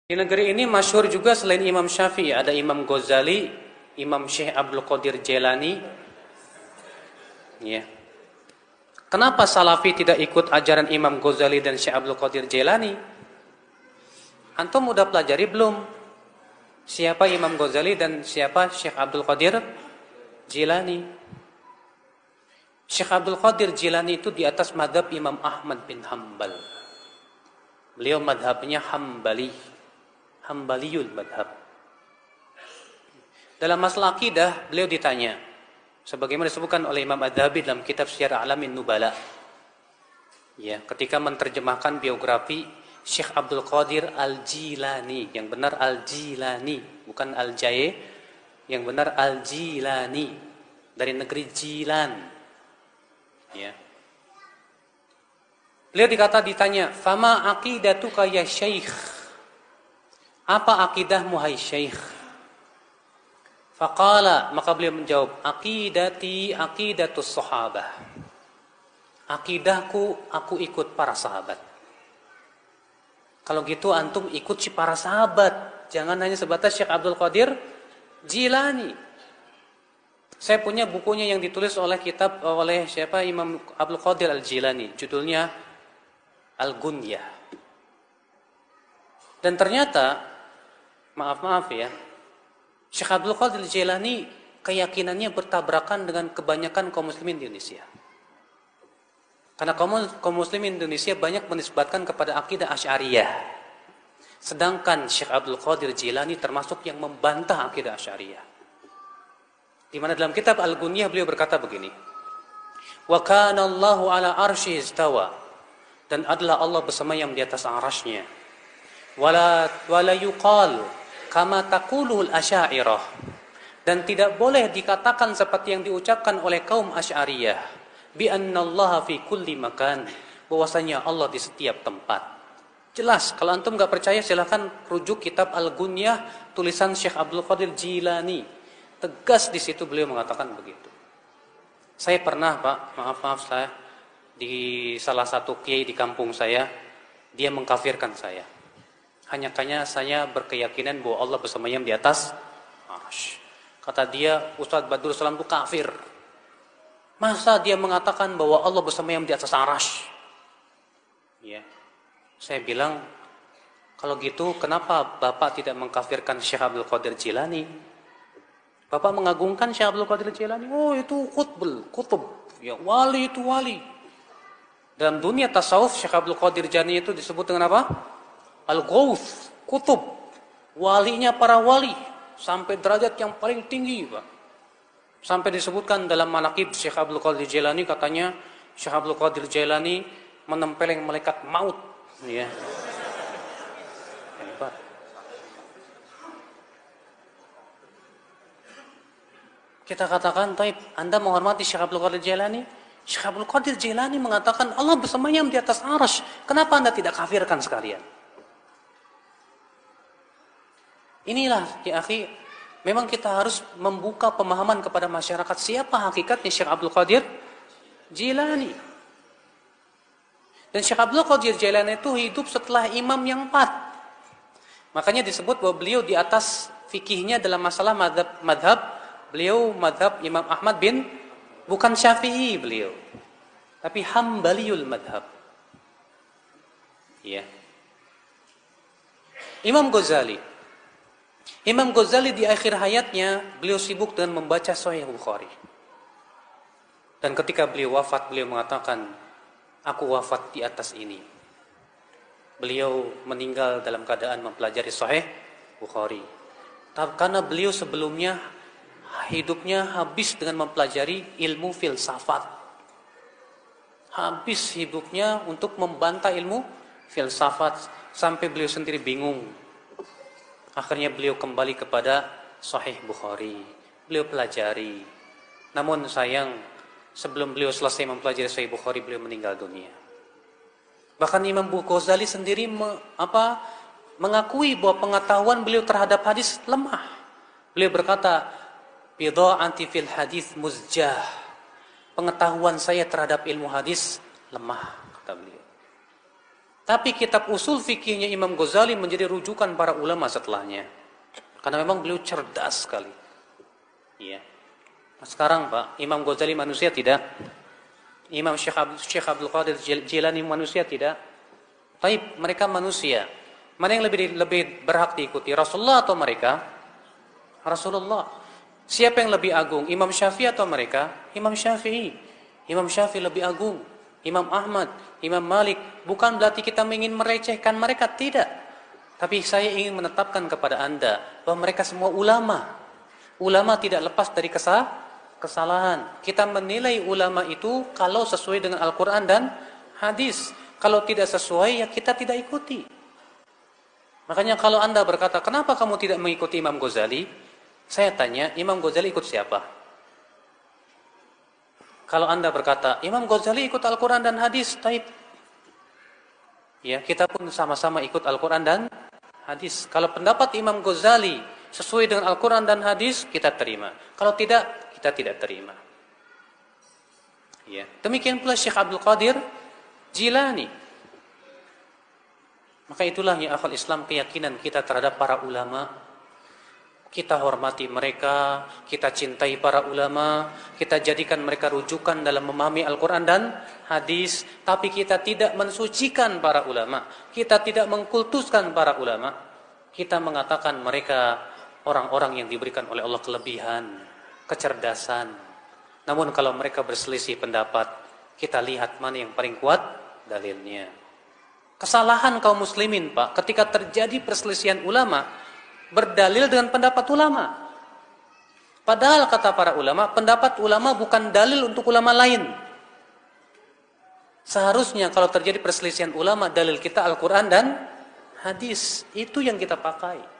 Di negeri ini masyhur juga selain Imam Syafi'i ada Imam Ghazali, Imam Syekh Abdul Qadir Jailani. Ya. Kenapa Salafi tidak ikut ajaran Imam Ghazali dan Syekh Abdul Qadir Jailani? Antum udah pelajari belum? Siapa Imam Ghazali dan siapa Syekh Abdul Qadir Jailani? Syekh Abdul Qadir Jailani itu di atas madhab Imam Ahmad bin Hanbal. Beliau madhabnya Hambali, Hambaliyul madhab. Dalam masalah akidah, beliau ditanya, sebagaimana disebutkan oleh Imam Adz-Dzahabi dalam kitab Syiar A'lamin Nubala. Ya, ketika menerjemahkan biografi Syekh Abdul Qadir Al-Jilani, yang benar Al-Jilani, bukan Al-Jaye, yang benar Al-Jilani, dari negeri Jilan. Ya. Beliau ditanya, "Fama aqidatuka ya Syekh?" Apa akidahmu hai Syekh? Faqala, maka beliau menjawab, "Aqidati aqidatus sahabah." Akidahku, aku ikut para sahabat. Kalau gitu antum ikut si para sahabat, jangan hanya sebatas Syekh Abdul Qadir Jilani. Saya punya bukunya yang ditulis oleh siapa, Imam Abdul Qadir Al-Jilani, judulnya Al-Gunyah. Dan ternyata, maaf ya, Syekh Abdul Qadir Jilani keyakinannya bertabrakan dengan kebanyakan kaum muslimin di Indonesia. Karena kaum muslimin Indonesia banyak menisbatkan kepada akidah Asy'ariyah. Sedangkan Syekh Abdul Qadir Jilani termasuk yang membantah akidah Asy'ariyah. Di mana dalam kitab Al-Gunyah beliau berkata begini, "Wa kana Allahu ala arsy istawa." Dan adalah Allah bersemayam di atas arasy-Nya. Wala yuqal kama taqulul Asy'ariyah. Dan tidak boleh dikatakan seperti yang diucapkan oleh kaum Asy'ariyah, bi annallaha fi kulli makan, bahwasanya Allah di setiap tempat. Jelas, kalau antum enggak percaya silahkan rujuk kitab Al-Gunyah tulisan Syekh Abdul Qadir Jilani. Tegas di situ beliau mengatakan begitu. Saya pernah, Pak, maaf saya di salah satu kiai di kampung saya, dia mengkafirkan saya. Hanya saya berkeyakinan bahwa Allah bersemayam di atas arsy. Kata dia, Ustaz Badrul Salam itu kafir. Masa dia mengatakan bahwa Allah bersemayam di atas arsy? Ya. Saya bilang, kalau gitu kenapa Bapak tidak mengkafirkan Syekh Abdul Qadir Jilani? Bapak mengagungkan Syekh Abdul Qadir Jilani. Oh, itu kutub. Ya, wali itu wali. Dalam dunia tasawuf, Syekh Abdul Qadir Jilani itu disebut dengan apa? Al-Ghauth, kutub. Walinya para wali. Sampai derajat yang paling tinggi, Pak. Sampai disebutkan dalam manaqib Syekh Abdul Qadir Jilani, katanya Syekh Abdul Qadir Jilani menempeleng malaikat maut. Ya. Hebat. Kita katakan, taib, Anda menghormati Syekh Abdul Qadir Jailani? Syekh Abdul Qadir Jailani mengatakan Allah bersemayam di atas arsy. Kenapa Anda tidak kafirkan sekalian? Inilah, ya akhi, memang kita harus membuka pemahaman kepada masyarakat siapa hakikatnya Syekh Abdul Qadir Jailani. Dan Syekh Abdul Qadir Jailani itu hidup setelah imam yang 4. Makanya disebut bahwa beliau di atas fikihnya dalam masalah madhab. Beliau madhab Imam Ahmad bukan Syafi'i beliau, tapi Hambaliyul madhab. Ya. Imam Ghazali di akhir hayatnya beliau sibuk dengan membaca Sahih Bukhari. Dan ketika beliau wafat, beliau mengatakan, "Aku wafat di atas ini." Beliau meninggal dalam keadaan mempelajari Sahih Bukhari. Karena beliau sebelumnya hidupnya habis dengan mempelajari ilmu filsafat. Habis hidupnya untuk membantah ilmu filsafat sampai beliau sendiri bingung. Akhirnya beliau kembali kepada Sahih Bukhari. Beliau pelajari. Namun sayang, sebelum beliau selesai mempelajari Sahih Bukhari, beliau meninggal dunia. Bahkan Imam Ghazali sendiri mengakui bahwa pengetahuan beliau terhadap hadis lemah. Beliau berkata, "Bidha'ati fil hadis muzjah." Pengetahuan saya terhadap ilmu hadis lemah, kata beliau. Tapi kitab usul fikihnya Imam Ghazali menjadi rujukan para ulama setelahnya. Karena memang beliau cerdas sekali. Iya. Nah, sekarang Pak, Imam Ghazali manusia tidak? Imam Syekh Abdul Qadir Jilani manusia tidak? Taib, mereka manusia. Mana yang lebih berhak diikuti? Rasulullah atau mereka? Rasulullah. Siapa yang lebih agung? Imam Syafi'i atau mereka? Imam Syafi'i. Imam Syafi'i lebih agung. Imam Ahmad, Imam Malik. Bukan berarti kita ingin merecehkan mereka, tidak. Tapi saya ingin menetapkan kepada Anda bahwa mereka semua ulama. Ulama tidak lepas dari kesalahan. Kita menilai ulama itu kalau sesuai dengan Al-Quran dan hadis. Kalau tidak sesuai, ya kita tidak ikuti. Makanya kalau Anda berkata, kenapa kamu tidak mengikuti Imam Ghazali? Saya tanya, Imam Ghazali ikut siapa? Kalau Anda berkata, Imam Ghazali ikut Al-Quran dan hadis, taib. Ya, kita pun sama-sama ikut Al-Quran dan hadis. Kalau pendapat Imam Ghazali sesuai dengan Al-Quran dan hadis, kita terima. Kalau tidak, kita tidak terima. Ya. Demikian pula Syekh Abdul Qadir Jilani. Maka itulah ya akhwal Islam, keyakinan kita terhadap para ulama. Kita hormati mereka, kita cintai para ulama, kita jadikan mereka rujukan dalam memahami Al-Quran dan hadis. Tapi kita tidak mensucikan para ulama, kita tidak mengkultuskan para ulama. Kita mengatakan mereka orang-orang yang diberikan oleh Allah kelebihan, kecerdasan. Namun kalau mereka berselisih pendapat, kita lihat mana yang paling kuat dalilnya. Kesalahan kaum muslimin Pak, ketika terjadi perselisihan ulama, berdalil dengan pendapat ulama. Padahal kata para ulama, pendapat ulama bukan dalil untuk ulama lain. Seharusnya kalau terjadi perselisihan ulama, dalil kita Al-Quran dan hadis. Itu yang kita pakai.